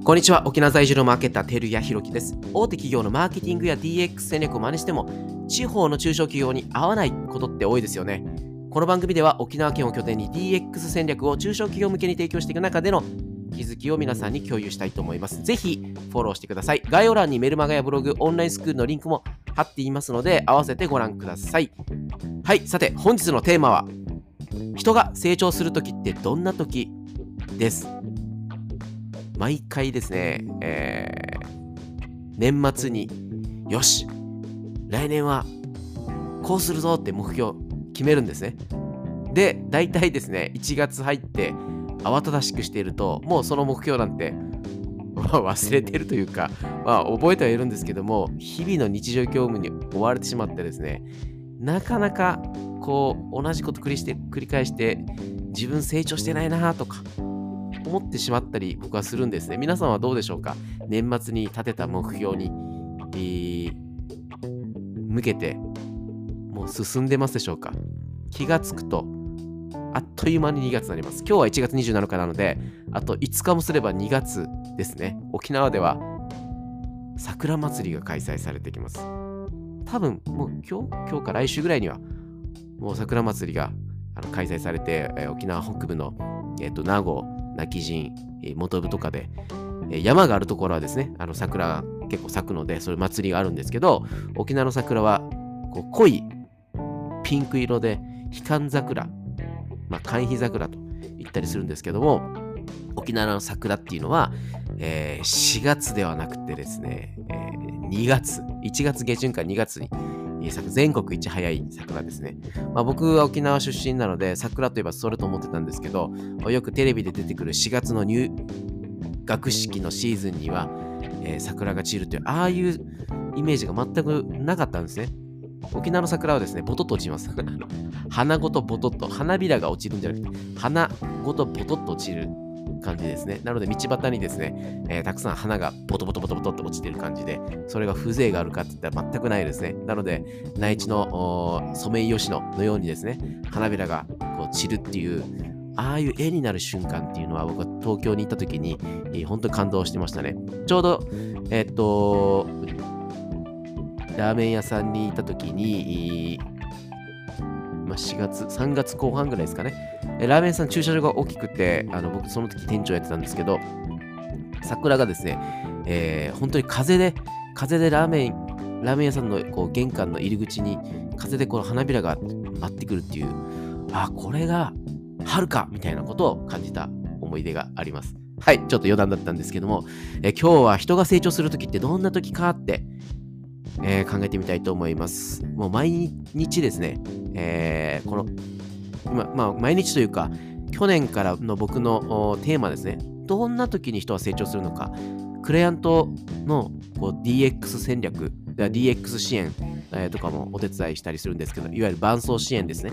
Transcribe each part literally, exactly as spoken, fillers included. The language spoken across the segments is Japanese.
こんにちは。沖縄在住のマーケッター、照屋弘樹です。大手企業のマーケティングや ディーエックス 戦略を真似しても、地方の中小企業に合わないことって多いですよね。この番組では沖縄県を拠点に ディーエックス 戦略を中小企業向けに提供していく中での気づきを皆さんに共有したいと思います。ぜひフォローしてください。概要欄にメルマガやブログ、オンラインスクールのリンクも貼っていますので、合わせてご覧ください。はい、さて本日のテーマは、人が成長するときってどんなときです。毎回ですね、えー、年末によし来年はこうするぞって目標決めるんですね。で、大体ですねいちがつ入って慌ただしくしていると、もうその目標なんて忘れてるというか、まあ覚えてはいるんですけども、日々の日常業務に追われてしまってですね、なかなかこう同じこと繰りして繰り返して自分成長してないなとか思ってしまったり僕はするんですね。皆さんはどうでしょうか。年末に立てた目標に、えー、向けてもう進んでますでしょうか。気がつくとあっという間ににがつになります。今日はいちがつにじゅうなのかなので、あといつかもすればにがつですね。沖縄では桜祭りが開催されてきます。多分もう今日今日か来週ぐらいにはもう桜祭りがあの開催されて、えー、沖縄北部の、えー、と名護、今帰仁、本部とかで、えー、山があるところはですね、あの桜が結構咲くので、そういう祭りがあるんですけど、沖縄の桜はこう濃いピンク色でヒカン桜、まあ寒肥桜と言ったりするんですけども、沖縄の桜っていうのは、えー、しがつではなくてですね、えー、にがつ、いちがつ下旬からにがつに全国一早い桜ですね。まあ、僕は沖縄出身なので桜といえばそれと思ってたんですけど、よくテレビで出てくるしがつの入学式のシーズンには、えー、桜が散るという、ああいうイメージが全くなかったんですね。沖縄の桜はですね、ボトッと落ちます。花ごとボトッと、花びらが落ちるんじゃなくて、花ごとボトッと落ちる感じですね。なので道端にですね、えー、たくさん花がボトボトボトボトって落ちてる感じで、それが風情があるかって言ったら全くないですね。なので内地のソメイヨシノのようにですね、花びらがこう散るっていう、ああいう絵になる瞬間っていうのは、僕は東京に行った時に、えー、本当に感動してましたね。ちょうどえー、っとラーメン屋さんに行った時に、まあ、しがつ、さんがつこう半ぐらいですかね。ラーメン屋さん駐車場が大きくて、あの僕その時店長やってたんですけど、桜がですね、えー、本当に風で、風でラーメン、ラーメン屋さんのこう玄関の入り口に風でこの花びらが舞ってくるっていう、あ、これが春かみたいなことを感じた思い出があります。はい、ちょっと余談だったんですけども、えー、今日は人が成長する時ってどんな時かって、えー、考えてみたいと思います。もう毎日ですね、えー、この今、まあ、毎日というか去年からの僕のテーマですね。どんな時に人は成長するのか、クライアントのこう ディーエックス 戦略、ディーエックス 支援、えー、とかもお手伝いしたりするんですけど、いわゆる伴走支援ですね。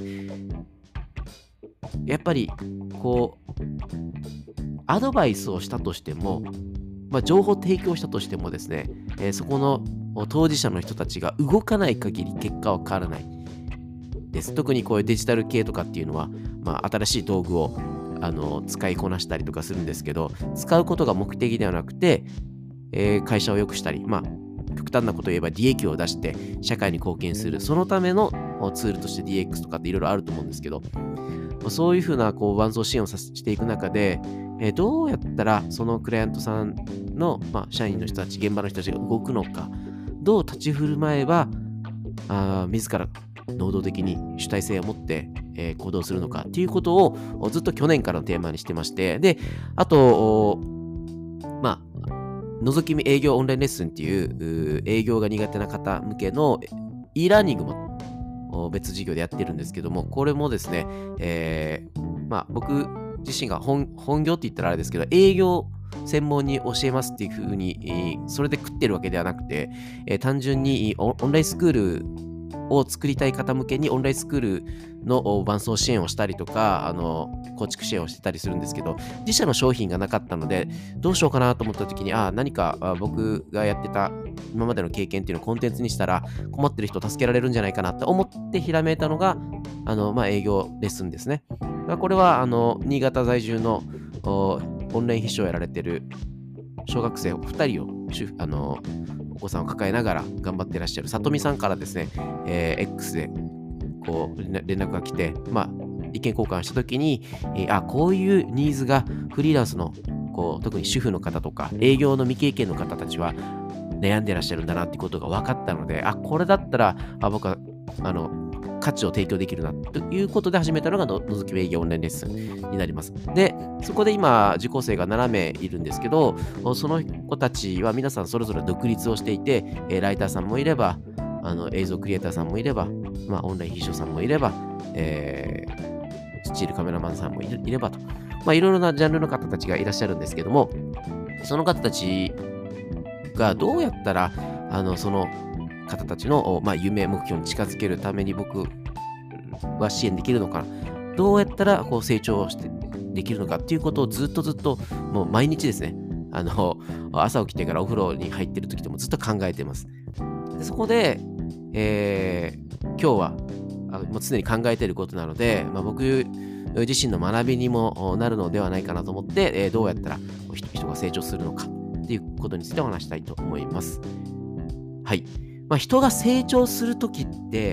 やっぱりこうアドバイスをしたとしても、まあ、情報提供したとしてもですね、えー、そこの当事者の人たちが動かない限り結果は変わらないです。特にこういうデジタル系とかっていうのは、まあ、新しい道具をあの使いこなしたりとかするんですけど、使うことが目的ではなくて、えー、会社を良くしたり、まあ、極端なことを言えば利益を出して社会に貢献する、そのためのツールとして ディーエックス とかっていろいろあると思うんですけど、そういうふうなこう伴走支援をさしていく中で、えー、どうやったらそのクライアントさんの、まあ、社員の人たち、現場の人たちが動くのか、どう立ち振る舞えばあ自ら能動的に主体性を持って、えー、行動するのかっていうことをずっと去年からのテーマにしてまして、で、あと、まあ、覗き見営業オンラインレッスンっていう営業が苦手な方向けの e ラーニングも別事業でやってるんですけども、これもですね、えー、まあ僕自身が 本, 本業って言ったらあれですけど、営業専門に教えますっていう風に、それで食ってるわけではなくて、えー、単純にオンラインスクールを作りたい方向けにオンラインスクールの伴走支援をしたりとか、あの構築支援をしてたりするんですけど、自社の商品がなかったのでどうしようかなと思った時に、あ何かあ僕がやってた今までの経験っていうのをコンテンツにしたら困ってる人を助けられるんじゃないかなって思ってひらめいたのがあの、まあ、営業レッスンですね。これはあの新潟在住のオンライン秘書をやられてる小学生ふたりを主あのお子さんを抱えながら頑張ってらっしゃるさとみさんからですね、えー X でこう連連絡が来て、まあ、意見交換したときに、えーあ、こういうニーズがフリーランスのこう特に主婦の方とか営業の未経験の方たちは悩んでらっしゃるんだなってことが分かったので、あ、これだったらあ僕はあの価値を提供できるなということで始めたのがののぞき営業オンラインレッスンになります。で、そこで今受講生がななめいいるんですけど、その子たちは皆さんそれぞれ独立をしていて、えーライターさんもいれば、あの映像クリエイターさんもいれば、まあ、オンライン秘書さんもいれば、えースチールカメラマンさんもいれいればと、まあ、いろいろなジャンルの方たちがいらっしゃるんですけども、その方たちがどうやったらあのその方たちの、まあ、夢目標に近づけるために僕は支援できるのかな、どうやったらこう成長してできるのかっていうことをずっとずっともう毎日ですね、あの朝起きてからお風呂に入ってる時でもずっと考えています。でそこで、えー今日はあもう常に考えていることなので、まあ、僕自身の学びにもなるのではないかなと思って、えーどうやったら人人が成長するのかっていうことについてお話したいと思います。はい。まあ、人が成長するときって、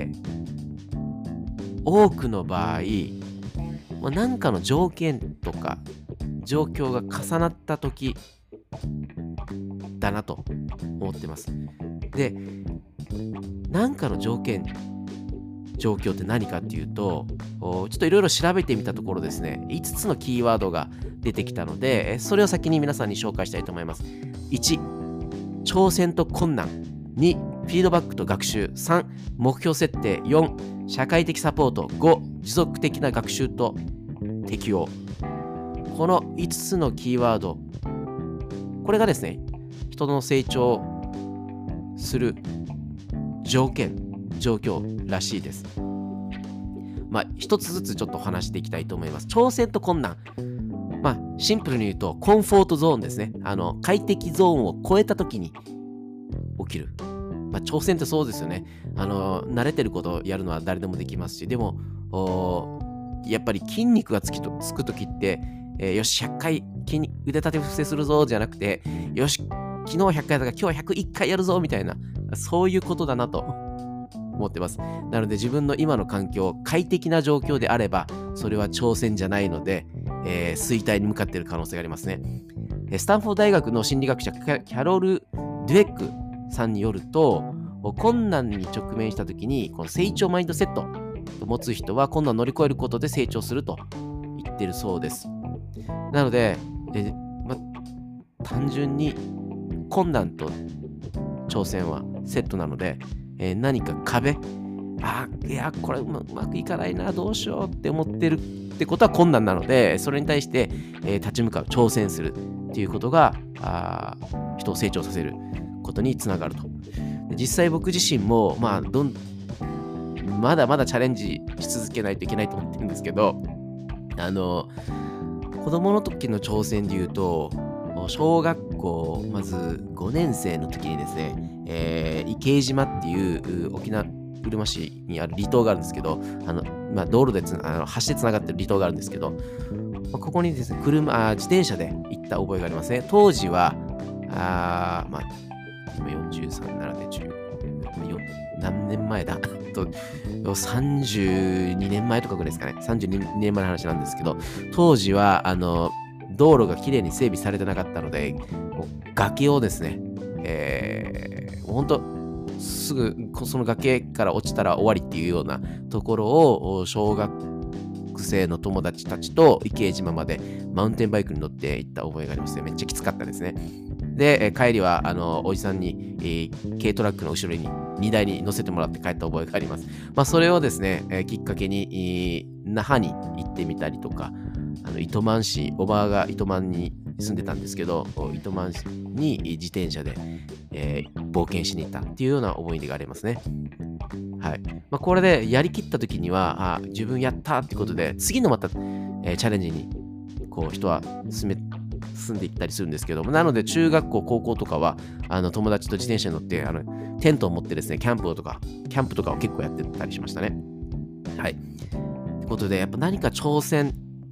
多くの場合、まあ、何かの条件とか状況が重なったときだなと思ってます。で、何かの条件、状況って何かっていうと、おちょっといろいろ調べてみたところですね、いつつのキーワードが出てきたので、えそれを先に皆さんに紹介したいと思います。いち、挑戦と困難。に、フィードバックと学習。さん、目標設定。よん、社会的サポート。ご、持続的な学習と適応。このいつつのキーワード、これがですね、人の成長する条件、状況らしいです。まあ、一つずつちょっと話していきたいと思います。挑戦と困難。まあ、シンプルに言うと、コンフォートゾーンですね。あの、快適ゾーンを超えたときに起きる。まあ、挑戦ってそうですよね。あの、慣れてることをやるのは誰でもできますし、でも、やっぱり筋肉がつきとつくときって、えー、よし、ひゃっかい筋肉腕立て伏せするぞじゃなくて、よし、昨日ひゃっかいだから今日はひゃくいっかいやるぞみたいな、そういうことだなと思ってます。なので自分の今の環境、快適な状況であれば、それは挑戦じゃないので、えー、衰退に向かっている可能性がありますね。スタンフォード大学の心理学者、キャロル・デュエックさんによると、困難に直面したときに、この成長マインドセットを持つ人は困難を乗り越えることで成長すると言ってるそうです。なので、えま、単純に困難と挑戦はセットなので、えー、何か壁、あ、いや、これうま、うまくいかないな、どうしようって思ってるってことは困難なので、それに対して、えー、立ち向かう、挑戦するっていうことが、あ人を成長させることにつながると。実際僕自身も、まあ、どんまだまだチャレンジし続けないといけないと思ってるんですけど、あの、子供の時の挑戦で言うと、小学校、まずごねん生の時にですね、えー、池江島っていう沖縄うるま市にある離島があるんですけど、あの、まあ、道路でつあの橋でつながってる離島があるんですけど、まあ、ここにですね、車あ、自転車で行った覚えがありますね。当時は、あまあ、今よんじゅうさんなのでじゅう何年前だとさんじゅうにねんまえとかぐらいですかね。さんじゅうにねんまえの話なんですけど、当時はあの道路がきれいに整備されてなかったので、崖をですね、えー、ほんとすぐその崖から落ちたら終わりっていうようなところを小学生の友達たちと池江島までマウンテンバイクに乗って行った覚えがありますね。めっちゃきつかったですね。で、帰りはあのおじさんに、えー、軽トラックの後ろに荷台に乗せてもらって帰った覚えがあります。まあ、それをですね、えー、きっかけに、えー、那覇に行ってみたりとか、あの糸満市、おばあが糸満に住んでたんですけど、糸満市に自転車で、えー、冒険しに行ったっていうような思い出がありますね。はい。まあ、これでやりきった時には、あ、自分やったってことで、次のまた、えー、チャレンジにこう人は進め進んでいったりするんですけども、なので中学校、高校とかはあの友達と自転車に乗ってあのテントを持ってですね、キャンプとか、キャンプとかを結構やってたりしましたね。はい。ということで、やっぱ何か挑戦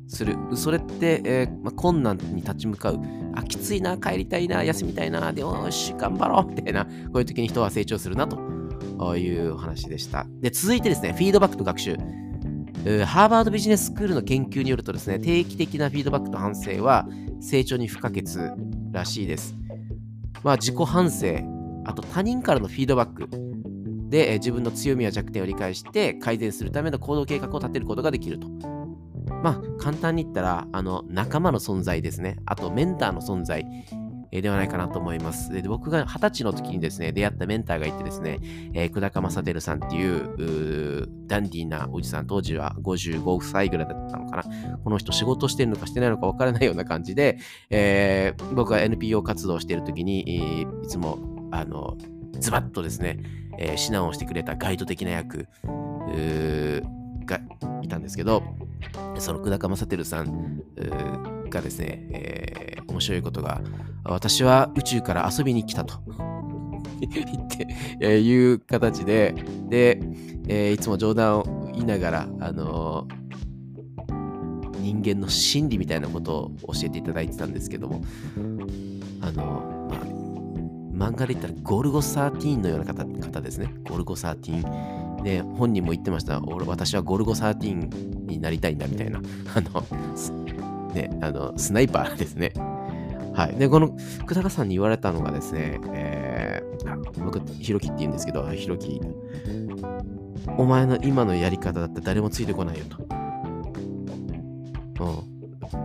する。それって、えーまあ、困難に立ち向かう。あ、きついな、帰りたいな、休みたいな、でもよし、頑張ろうみたいな、こういう時に人は成長するなという話でした。で、続いてですね、フィードバックと学習。ハーバードビジネススクールの研究によるとですね、定期的なフィードバックと反省は成長に不可欠らしいです。まあ、自己反省、あと他人からのフィードバックで、えー自分の強みや弱点を理解して改善するための行動計画を立てることができると。まあ、簡単に言ったら、あの、仲間の存在ですね。あと、メンターの存在、えーではないかなと思います。で、僕がはたちの時にですね、出会ったメンターがいてですね、えー、久高正輝さんっていう、うーダンディーなおじさん、当時はごじゅうごさいぐらいだったのかな。この人仕事してるのかしてないのか分からないような感じで、えー僕が エヌピーオー 活動している時に、えーいつも、あの、ズバッとですね、えー指南をしてくれたガイド的な役うーがいたんですけど、その久高正輝さんうーがですね、えー面白いことが、私は宇宙から遊びに来たと言って、えーいう形で、で、えーいつも冗談を言いながら、あのー人間の心理みたいなことを教えていただいてたんですけども、あのーまあ、漫画で言ったらゴルゴじゅうさんのような方方ですね。ゴルゴじゅうさん。で、本人も言ってました。俺、私はゴルゴじゅうさんになりたいんだみたいな。あの、すね、あの、スナイパーですね。はい。で、この久高さんに言われたのがですね、えー、あ僕、ひろきって言うんですけど、ひろき、お前の今のやり方だったら誰もついてこないよと。うん。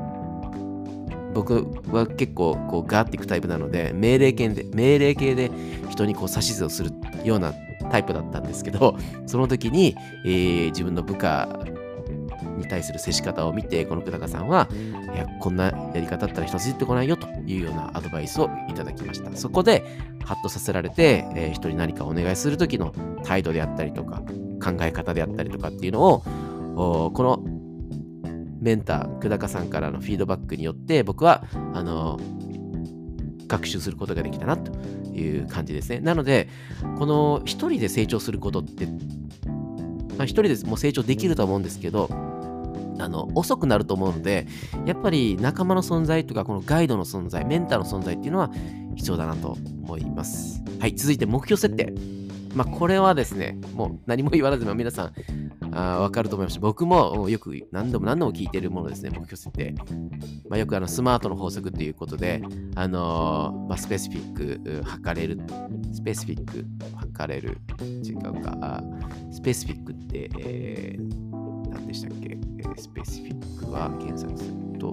僕は結構こうガーっていくタイプなので、命令系で、命令系で人にこう指図をするようなタイプだったんですけど、その時に、えー自分の部下に対する接し方を見て、この久高さんは、いや、こんなやり方だったら人ついてこないよというようなアドバイスをいただきました。そこで、ハッとさせられて、えー人に何かお願いする時の態度であったりとか、考え方であったりとかっていうのを、おこのメンター、久高さんからのフィードバックによって、僕は、あの学習することができたなという感じですね。なので、この一人で成長することって、まあ、一人でもう成長できると思うんですけど、あの遅くなると思うので、やっぱり仲間の存在とか、このガイドの存在、メンターの存在っていうのは必要だなと思います。はい、続いて目標設定。まあ、これはですね、もう何も言わずに皆さんあーわかると思いますし、僕もよく何度も何度も聞いているものですね、目標設定。まあ、よくあのスマートの法則ということで、あのーまあ、スペシフィック、う測れる、スペシフィック、測れる、違うか、あスペシフィックって、えー、何でしたっけ、えースペシフィックは検索すると、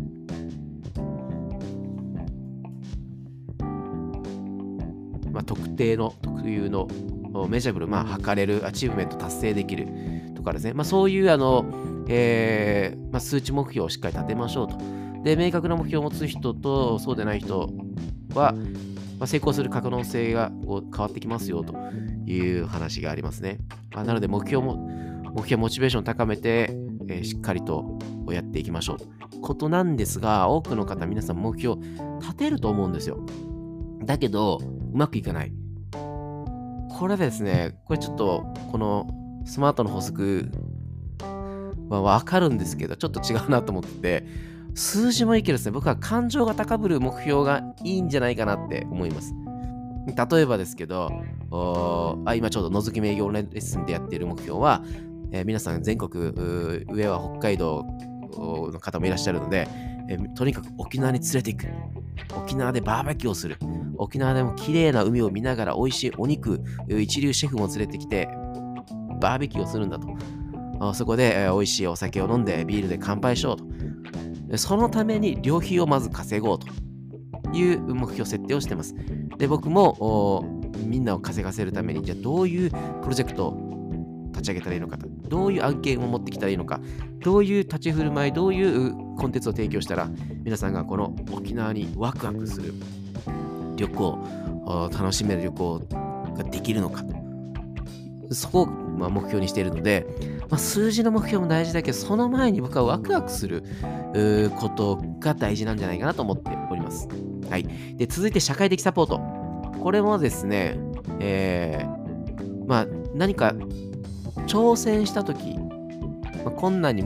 まあ、特定の特有のメジャブル、まあ、測れる、アチーブメント達成できるとかですね、まあ、そういうあの、えーまあ、数値目標をしっかり立てましょうと。で、明確な目標を持つ人とそうでない人は、まあ、成功する可能性がこう変わってきますよという話がありますね。まあ、なので、目標も、目標、モチベーションを高めて、えーしっかりとやっていきましょうと。ことなんですが、多くの方、皆さん目標立てると思うんですよ。だけど、うまくいかない。これですね、これちょっと、このスマートの法則はわかるんですけど、ちょっと違うなと思ってて、数字もいいけどですね、僕は感情が高ぶる目標がいいんじゃないかなって思います。例えばですけど、おーあ今ちょうど覗き営業レッスンでやっている目標は、えー皆さん全国、うー上は北海道おの方もいらっしゃるので、えーとにかく沖縄に連れて行く。沖縄でバーベキューをする。沖縄でも綺麗な海を見ながら美味しいお肉、一流シェフも連れてきて、バーベキューをするんだと。あそこで、えー美味しいお酒を飲んでビールで乾杯しようと。でそのために旅費をまず稼ごうという目標設定をしています。で、僕もおみんなを稼がせるために、じゃあどういうプロジェクトを立ち上げたらいいのかと、どういう案件を持ってきたらいいのか、どういう立ち振る舞い、どういうコンテンツを提供したら、皆さんがこの沖縄にワクワクする旅行、お楽しめる旅行ができるのかと。そこを、まあ、目標にしているので、まあ、数字の目標も大事だけど、その前に僕はワクワクするうーことが大事なんじゃないかなと思っております。はい。で、続いて社会的サポート。これもですね、えーまあ、何か挑戦したとき、まあ、困難に向かっ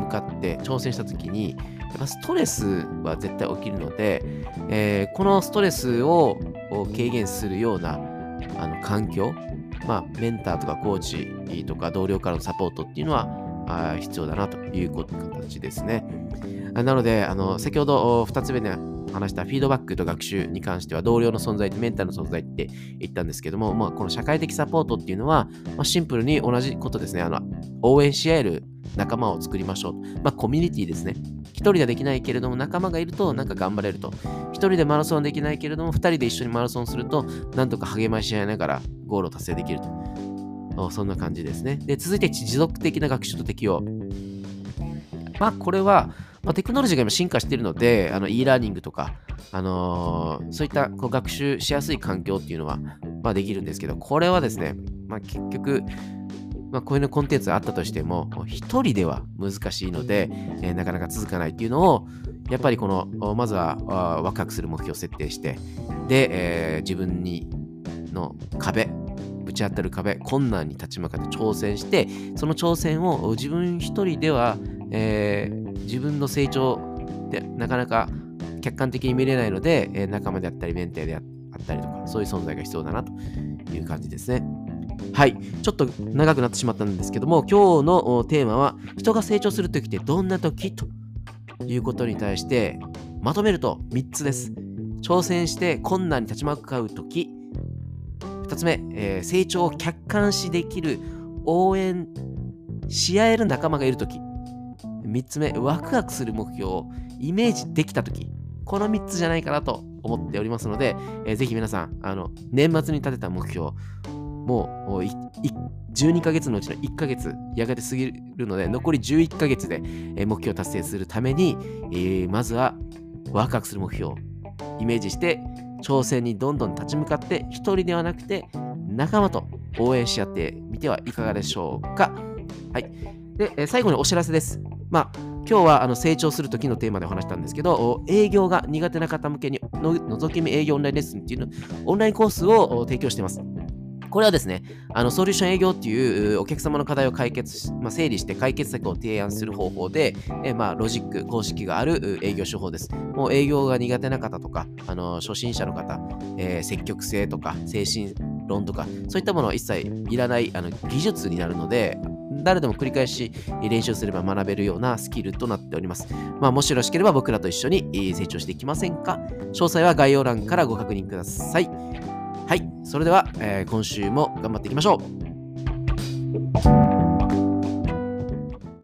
って挑戦したときに、やっぱストレスは絶対起きるので、えーこのストレスをを軽減するようなあの環境、まあ、メンターとかコーチとか同僚からのサポートっていうのはあー必要だなという形ですね。あなので、あの先ほどふたつめで話したフィードバックと学習に関しては同僚の存在とメンターの存在って言ったんですけども、まあ、この社会的サポートっていうのは、まあ、シンプルに同じことですね。あの応援し合える仲間を作りましょう。まあ、コミュニティですね。一人ではできないけれども仲間がいるとなんか頑張れると。一人でマラソンはできないけれども二人で一緒にマラソンするとなんとか励まし合いながらゴールを達成できると。そんな感じですね。で、続いて持続的な学習と適用。まあ、これは、まあ、テクノロジーが今進化しているので、あの e ラーニングとか、あのーそういったこう学習しやすい環境っていうのは、まあ、できるんですけど、これはですね、まあ、結局、まあ、こういうのコンテンツがあったとしても、一人では難しいので、えーなかなか続かないっていうのを、やっぱりこの、まずはあワクワクする目標を設定して、で、えー自分にの壁、ぶち当たる壁、困難に立ち向かって挑戦して、その挑戦を自分一人では、えー自分の成長でなかなか客観的に見れないので、えー仲間であったりメンターであったりとか、そういう存在が必要だなという感じですね。はい。ちょっと長くなってしまったんですけども、今日のおテーマは、人が成長するときってどんなときということに対して、まとめるとみっつです。挑戦して困難に立ち向かうとき。ふたつめ、えー成長を客観視できる応援し合える仲間がいるとき。みっつめ、ワクワクする目標をイメージできたとき。このみっつじゃないかなと思っておりますので、えーぜひ皆さん、あの、年末に立てた目標、もうもういいじゅうにかげつのうちのいっかげつやがて過ぎるので、残りじゅういっかげつで、えー目標を達成するために、えーまずはワクワクする目標をイメージして挑戦にどんどん立ち向かって一人ではなくて仲間と応援し合ってみてはいかがでしょうか。はい。で、えー最後にお知らせです。まあ今日はあの成長する時のテーマでお話したんですけど、お営業が苦手な方向けにの覗き見営業オンラインレッスンっていうのオンラインコースをお提供しています。これはですね、あのソリューション営業っていうお客様の課題を解決し、まあ、整理して解決策を提案する方法で、えまあ、ロジック、公式がある営業手法です。もう営業が苦手な方とか、あの初心者の方、えー積極性とか精神論とか、そういったものは一切いらないあの技術になるので、誰でも繰り返し練習すれば学べるようなスキルとなっております。まあ、もしよろしければ僕らと一緒にえー成長していきませんか？詳細は概要欄からご確認ください。はい、それでは、えー今週も頑張っていきましょう。